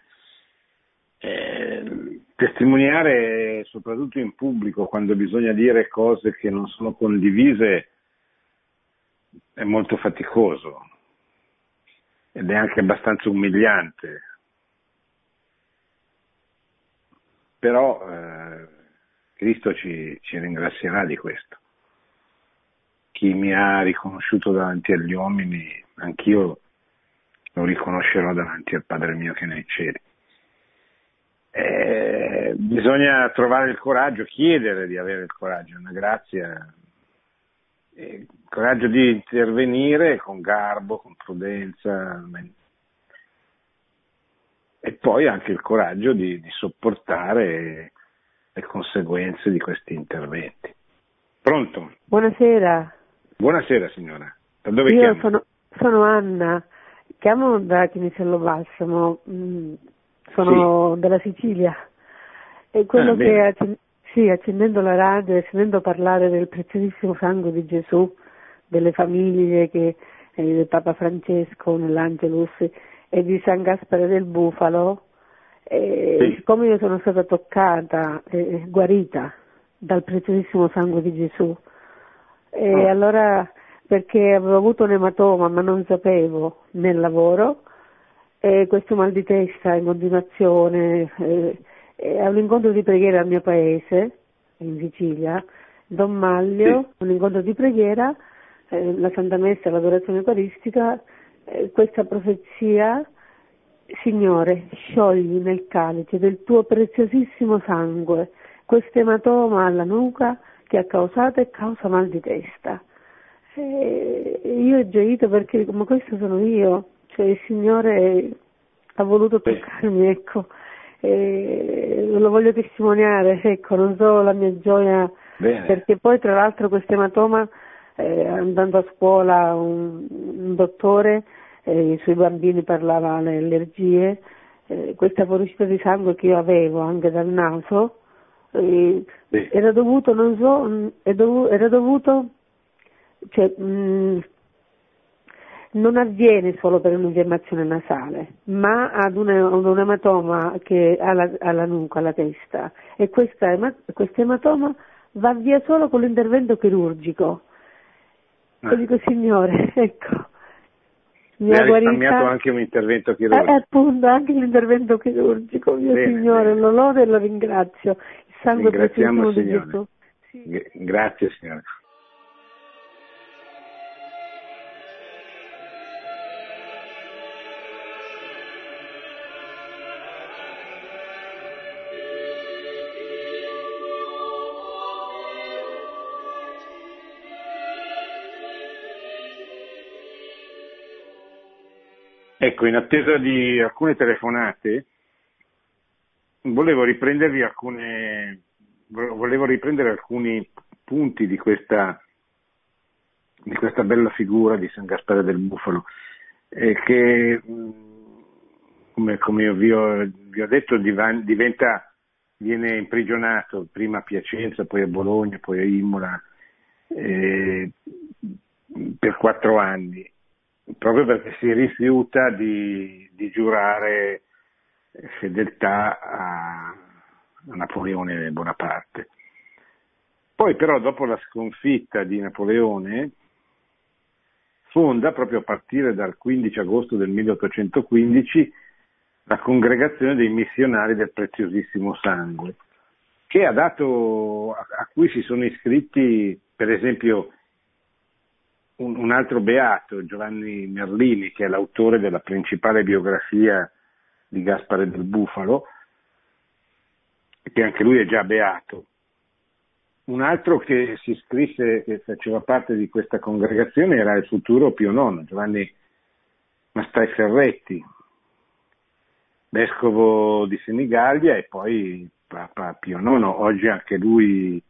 testimoniare soprattutto in pubblico quando bisogna dire cose che non sono condivise è molto faticoso ed è anche abbastanza umiliante, però Cristo ci ringrazierà di questo. Chi mi ha riconosciuto davanti agli uomini, anch'io lo riconoscerò davanti al Padre mio che è nei cieli. Bisogna trovare il coraggio, chiedere di avere il coraggio, una grazia, il coraggio di intervenire con garbo, con prudenza, e poi anche il coraggio di sopportare le conseguenze di questi interventi. Pronto? Buonasera. Buonasera signora, da dove Io chiama? sono Anna, chiamo da Chinisello Balsamo, sono della Sicilia e quello che accendendo la radio e sentendo parlare del preziosissimo sangue di Gesù, delle famiglie del Papa Francesco nell'Angelus e di San Gaspare del Bufalo, siccome io sono stata toccata e guarita dal preziosissimo sangue di Gesù, allora, perché avevo avuto un ematoma ma non sapevo nel lavoro, e questo mal di testa in continuazione, a un incontro di preghiera al mio paese, in Sicilia, Don Maglio, un incontro di preghiera, la Santa Messa, l'adorazione eucaristica, questa profezia: Signore, sciogli nel calice del tuo preziosissimo sangue questo ematoma alla nuca che ha causato e causa mal di testa. Io ho gioito perché come questo sono io, cioè il Signore ha voluto toccarmi, ecco, lo voglio testimoniare, ecco, non so la mia gioia. Bene. Perché poi tra l'altro questo ematoma, andando a scuola un dottore, i suoi bambini parlava le allergie, questa fuoriuscita di sangue che io avevo anche dal naso, era dovuto, era dovuto, cioè, non avviene solo per un'infiammazione nasale, ma ad un ematoma che alla nuca, alla testa, e questo ematoma va via solo con l'intervento chirurgico. E dico, Signore, ecco, mi ha risparmiato anche un intervento chirurgico. Appunto, anche l'intervento chirurgico, mio Signore, lo lodo e lo ringrazio. Il sangue preziosissimo di Gesù. Sì. Grazie Signore. Ecco, in attesa di alcune telefonate, volevo riprendere alcuni punti di questa bella figura di San Gaspare del Bufalo, che, come io vi ho detto, viene imprigionato prima a Piacenza, poi a Bologna, poi a Imola, per 4 anni. Proprio perché si rifiuta di giurare fedeltà a Napoleone Bonaparte. Poi però dopo la sconfitta di Napoleone fonda, proprio a partire dal 15 agosto del 1815, la Congregazione dei Missionari del Preziosissimo Sangue, che a cui si sono iscritti per esempio un altro beato, Giovanni Merlini, che è l'autore della principale biografia di Gaspare del Bufalo, che anche lui è già beato, un altro che si iscrisse, che faceva parte di questa congregazione, era il futuro Pio IX, Giovanni Mastai Ferretti, vescovo di Senigallia e poi Papa Pio IX, oggi anche lui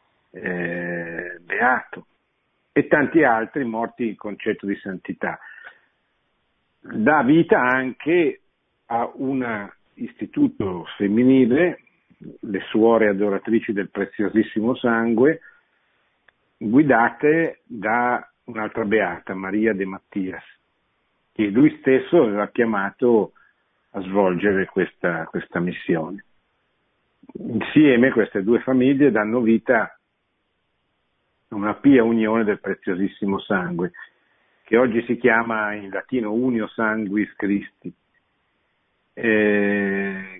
beato, e tanti altri morti in concetto di santità. Dà vita anche a un istituto femminile, le suore adoratrici del preziosissimo sangue, guidate da un'altra beata, Maria de Mattias, che lui stesso aveva chiamato a svolgere questa missione. Insieme queste due famiglie danno vita a una pia unione del preziosissimo sangue, che oggi si chiama in latino Unio Sanguis Christi, che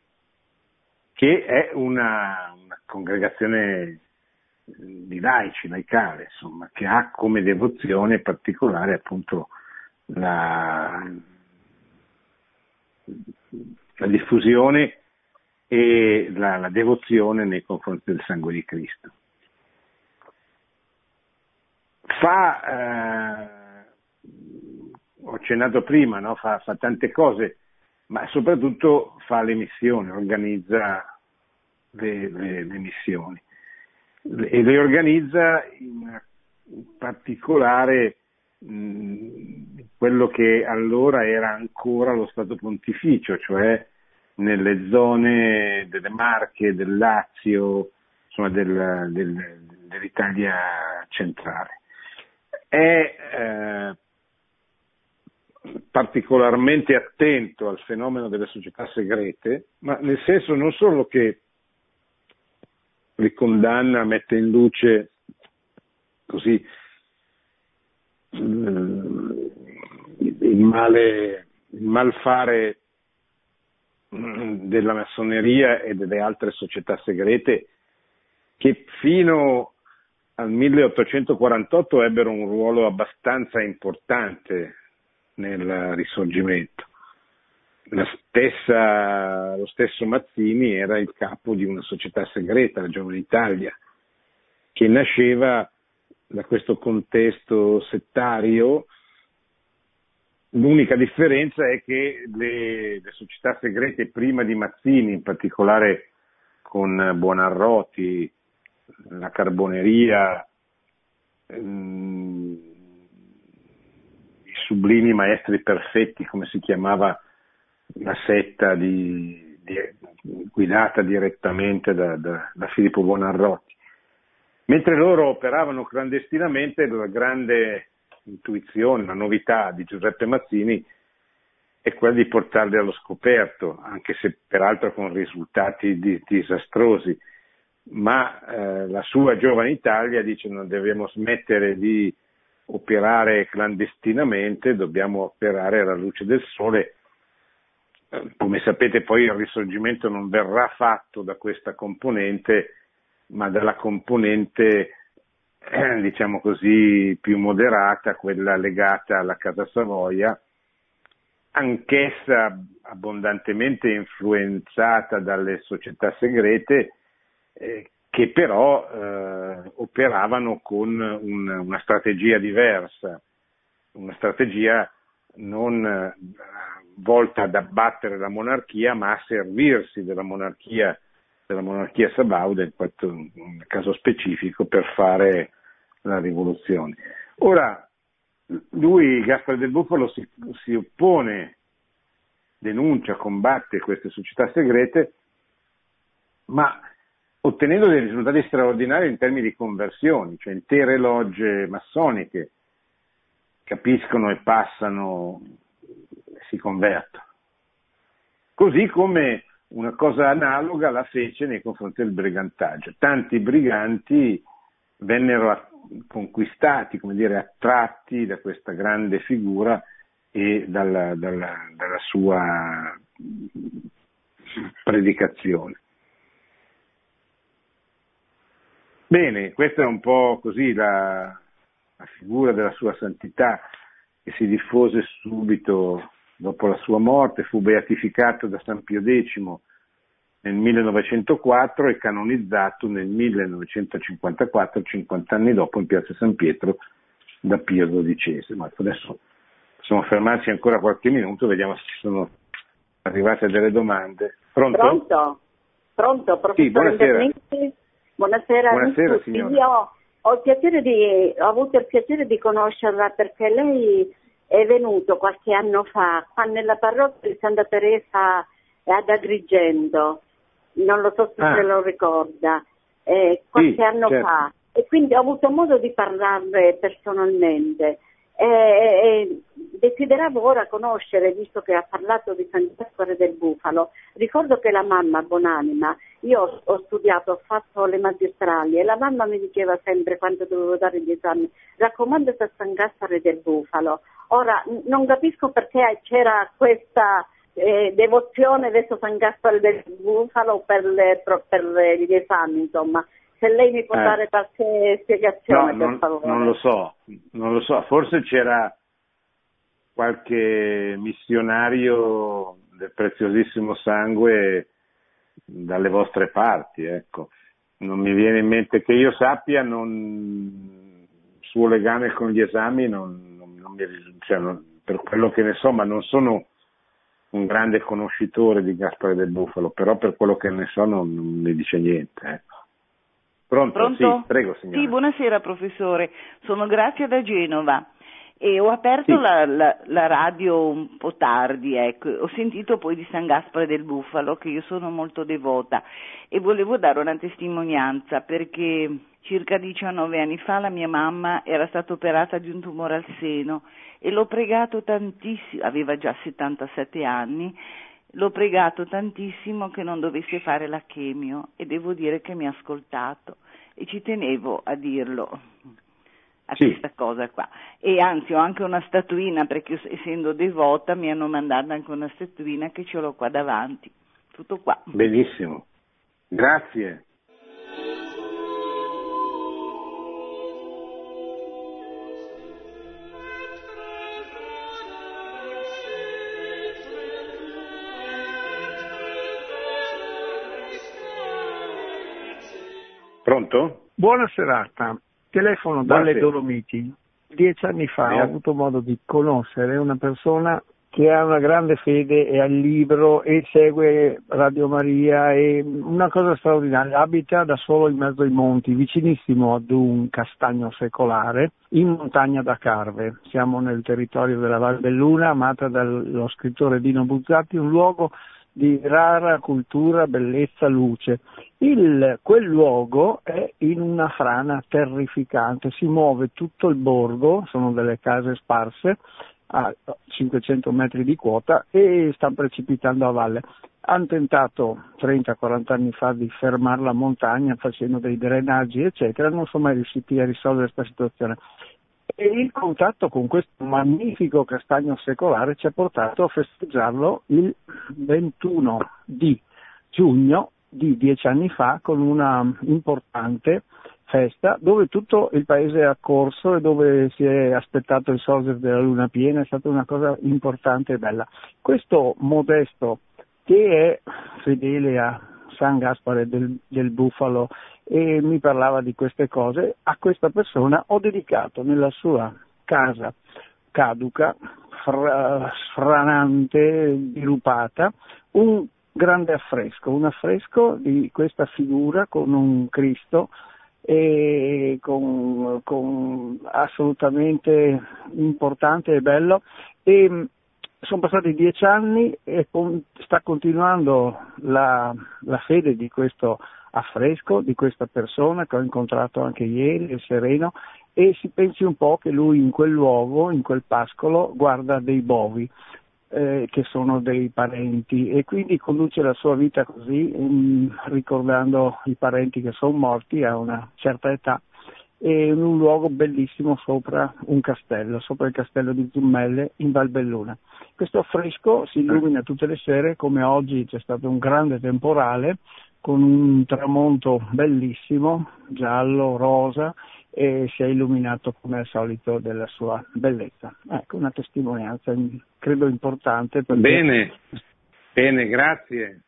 è una congregazione di laici, laicale, insomma, che ha come devozione particolare appunto la diffusione e la devozione nei confronti del sangue di Cristo. Ho accennato prima, no? fa tante cose, ma soprattutto fa le missioni, organizza le missioni e le organizza in particolare quello che allora era ancora lo Stato Pontificio, cioè nelle zone delle Marche, del Lazio, insomma dell'Italia centrale. È particolarmente attento al fenomeno delle società segrete, ma nel senso non solo che li condanna, mette in luce così il malfare della massoneria e delle altre società segrete che fino al 1848 ebbero un ruolo abbastanza importante nel Risorgimento. Lo stesso Mazzini era il capo di una società segreta, la Giovane Italia, che nasceva da questo contesto settario. L'unica differenza è che le società segrete prima di Mazzini, in particolare con Buonarroti, la Carboneria, i Sublimi Maestri Perfetti, come si chiamava la setta guidata direttamente da Filippo Buonarroti. Mentre loro operavano clandestinamente, la grande intuizione, la novità di Giuseppe Mazzini è quella di portarli allo scoperto, anche se peraltro con risultati disastrosi. Ma la sua Giovane Italia dice: non dobbiamo smettere di operare clandestinamente, dobbiamo operare alla luce del sole. Come sapete, poi il Risorgimento non verrà fatto da questa componente, ma dalla componente diciamo così più moderata, quella legata alla Casa Savoia, anch'essa abbondantemente influenzata dalle società segrete, che però operavano con una strategia diversa, una strategia non volta ad abbattere la monarchia, ma a servirsi della monarchia sabauda, nel caso specifico, per fare la rivoluzione. Ora, lui, Gaspare del Bufalo, si oppone, denuncia, combatte queste società segrete, ma ottenendo dei risultati straordinari in termini di conversioni, cioè intere logge massoniche capiscono e passano e si convertono. Così come una cosa analoga la fece nei confronti del brigantaggio. Tanti briganti vennero conquistati, come dire, attratti da questa grande figura e dalla sua predicazione. Bene, questa è un po' così la figura della sua santità, che si diffose subito dopo la sua morte. Fu beatificato da San Pio X nel 1904 e canonizzato nel 1954, 50 anni dopo, in piazza San Pietro da Pio XII. Ma adesso possiamo fermarci ancora qualche minuto, vediamo se ci sono arrivate delle domande. Pronto? Pronto, professore? Sì, buonasera. Buonasera a tutti. Signora. Io ho avuto il piacere di conoscerla perché lei è venuto qualche anno fa qua nella parrocchia di Santa Teresa ad Agrigento, non lo so se se lo ricorda, qualche anno certo. fa, e quindi ho avuto modo di parlarle personalmente. Desideravo ora conoscere, visto che ha parlato di San Gaspare del Bufalo, ricordo che la mamma, buonanima, io ho studiato, ho fatto le magistrali e la mamma mi diceva sempre quando dovevo dare gli esami: raccomandati a San Gaspare del Bufalo. Ora non capisco perché c'era questa devozione verso San Gaspare del Bufalo per gli esami, insomma. Se lei mi può dare qualche spiegazione, per favore. Non lo so, forse c'era qualche missionario del preziosissimo sangue dalle vostre parti, ecco. Non mi viene in mente, che io sappia, suo legame con gli esami per quello che ne so, ma non sono un grande conoscitore di Gaspare del Bufalo, però per quello che ne so non mi dice niente, ecco. Pronto? Sì, prego signora. Sì, buonasera professore, sono Grazia da Genova e ho aperto la radio un po' tardi, ecco. Ho sentito poi di San Gaspare del Bufalo, che io sono molto devota, e volevo dare una testimonianza perché circa 19 anni fa la mia mamma era stata operata di un tumore al seno e l'ho pregato tantissimo, aveva già 77 anni, l'ho pregato tantissimo che non dovesse fare la chemio e devo dire che mi ha ascoltato e ci tenevo a dirlo, questa cosa qua. E anzi ho anche una statuina, perché essendo devota mi hanno mandato anche una statuina che ce l'ho qua davanti. Tutto qua. Benissimo, grazie. Pronto? Buona serata, telefono dalle Dolomiti. 10 anni fa ho avuto modo di conoscere una persona che ha una grande fede e ha il libro e segue Radio Maria, e una cosa straordinaria, abita da solo in mezzo ai monti, vicinissimo ad un castagno secolare, in montagna da Carve. Siamo nel territorio della Val Belluna, amata dallo scrittore Dino Buzzati, un luogo di rara cultura, bellezza, luce. Quel luogo è in una frana terrificante, si muove tutto il borgo, sono delle case sparse a 500 metri di quota e sta precipitando a valle. Hanno tentato 30-40 anni fa di fermare la montagna facendo dei drenaggi eccetera, non sono mai riusciti a risolvere questa situazione. E il contatto con questo magnifico castagno secolare ci ha portato a festeggiarlo il 21 di giugno di 10 anni fa con una importante festa dove tutto il paese è accorso e dove si è aspettato il sorgere della luna piena. È stata una cosa importante e bella. Questo Modesto, che è fedele a San Gaspare del Bufalo e mi parlava di queste cose, a questa persona ho dedicato nella sua casa caduca, sfranante, dirupata, un grande un affresco di questa figura con un Cristo e con assolutamente importante e bello, e sono passati 10 anni e sta continuando la fede di questo affresco, di questa persona che ho incontrato anche ieri, è sereno, e si pensi un po' che lui in quel luogo, in quel pascolo, guarda dei bovi che sono dei parenti, e quindi conduce la sua vita così, ricordando i parenti che sono morti a una certa età, e in un luogo bellissimo sopra un castello, sopra il castello di Zummelle in Val Belluna. Questo affresco si illumina tutte le sere, come oggi c'è stato un grande temporale con un tramonto bellissimo, giallo, rosa, e si è illuminato come al solito della sua bellezza. Ecco, una testimonianza credo importante. Bene, grazie.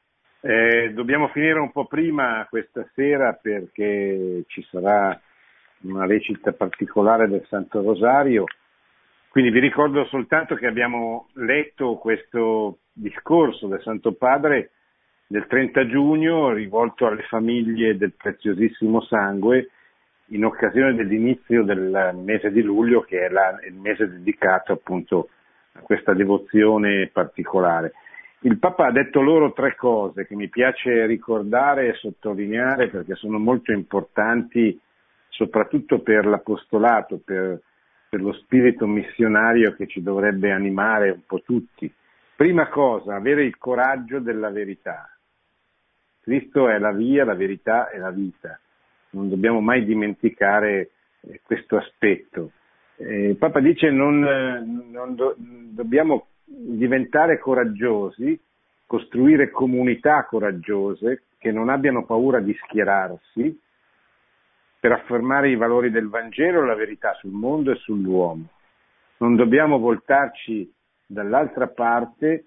Dobbiamo finire un po' prima questa sera perché ci sarà una recita particolare del Santo Rosario, quindi vi ricordo soltanto che abbiamo letto questo discorso del Santo Padre del 30 giugno rivolto alle famiglie del preziosissimo sangue in occasione dell'inizio del mese di luglio, che è il mese dedicato appunto a questa devozione particolare. Il Papa ha detto loro 3 cose che mi piace ricordare e sottolineare perché sono molto importanti soprattutto per l'apostolato, per lo spirito missionario che ci dovrebbe animare un po' tutti. Prima cosa, avere il coraggio della verità. Cristo è la via, la verità e la vita. Non dobbiamo mai dimenticare questo aspetto. Il Papa dice dobbiamo diventare coraggiosi, costruire comunità coraggiose che non abbiano paura di schierarsi per affermare i valori del Vangelo e la verità sul mondo e sull'uomo. Non dobbiamo voltarci dall'altra parte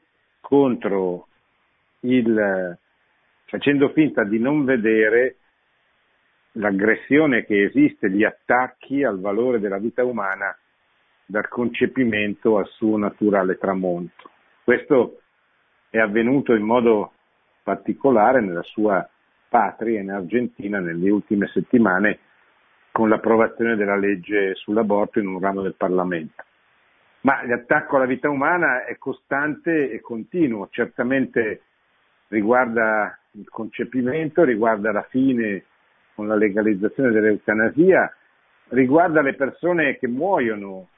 facendo finta di non vedere l'aggressione che esiste, gli attacchi al valore della vita umana dal concepimento al suo naturale tramonto. Questo è avvenuto in modo particolare nella sua patria, in Argentina, nelle ultime settimane, con l'approvazione della legge sull'aborto in un ramo del Parlamento. Ma l'attacco alla vita umana è costante e continuo, certamente riguarda il concepimento, riguarda la fine con la legalizzazione dell'eutanasia, riguarda le persone che muoiono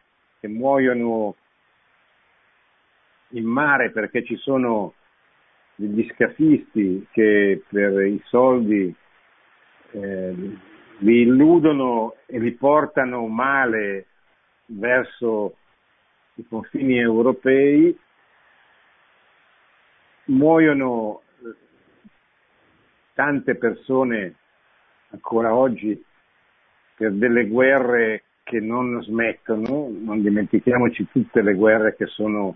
in mare perché ci sono degli scafisti che per i soldi li illudono e li portano male verso i confini europei, muoiono tante persone ancora oggi per delle guerre che non smettono, non dimentichiamoci tutte le guerre che sono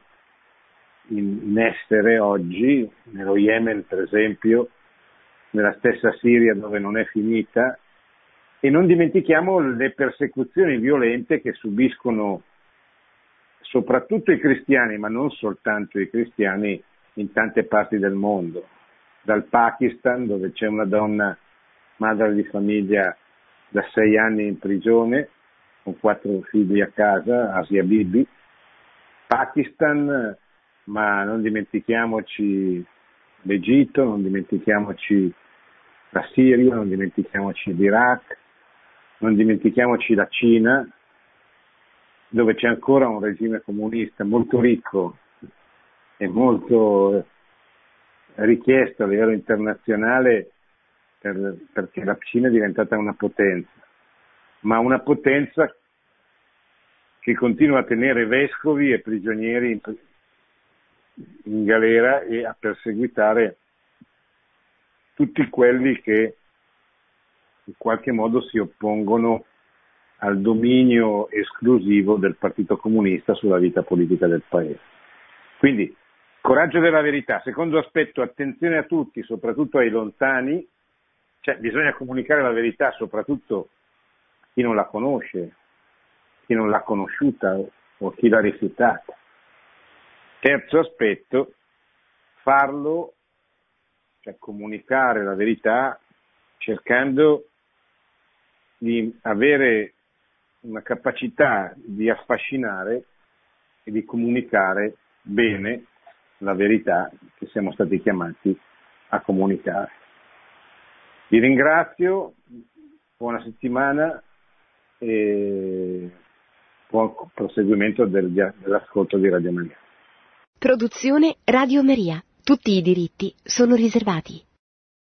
in essere oggi, nello Yemen per esempio, nella stessa Siria dove non è finita, e non dimentichiamo le persecuzioni violente che subiscono soprattutto i cristiani, ma non soltanto i cristiani, in tante parti del mondo, dal Pakistan dove c'è una donna madre di famiglia da 6 anni in prigione con 4 figli a casa, Asia Bibi, Pakistan, ma non dimentichiamoci l'Egitto, non dimentichiamoci la Siria, non dimentichiamoci l'Iraq, non dimentichiamoci la Cina, dove c'è ancora un regime comunista molto ricco e molto richiesto a livello internazionale perché la Cina è diventata una potenza, ma una potenza che continua a tenere vescovi e prigionieri in galera e a perseguitare tutti quelli che in qualche modo si oppongono al dominio esclusivo del Partito Comunista sulla vita politica del paese. Quindi, coraggio della verità. Secondo aspetto, attenzione a tutti, soprattutto ai lontani, cioè bisogna comunicare la verità soprattutto a chi non la conosce, chi non l'ha conosciuta o chi l'ha rifiutata. Terzo aspetto, farlo, cioè comunicare la verità cercando di avere una capacità di affascinare e di comunicare bene la verità che siamo stati chiamati a comunicare. Vi ringrazio, buona settimana e buon proseguimento dell'ascolto di Radio Maria. Produzione Radio Maria. Tutti i diritti sono riservati.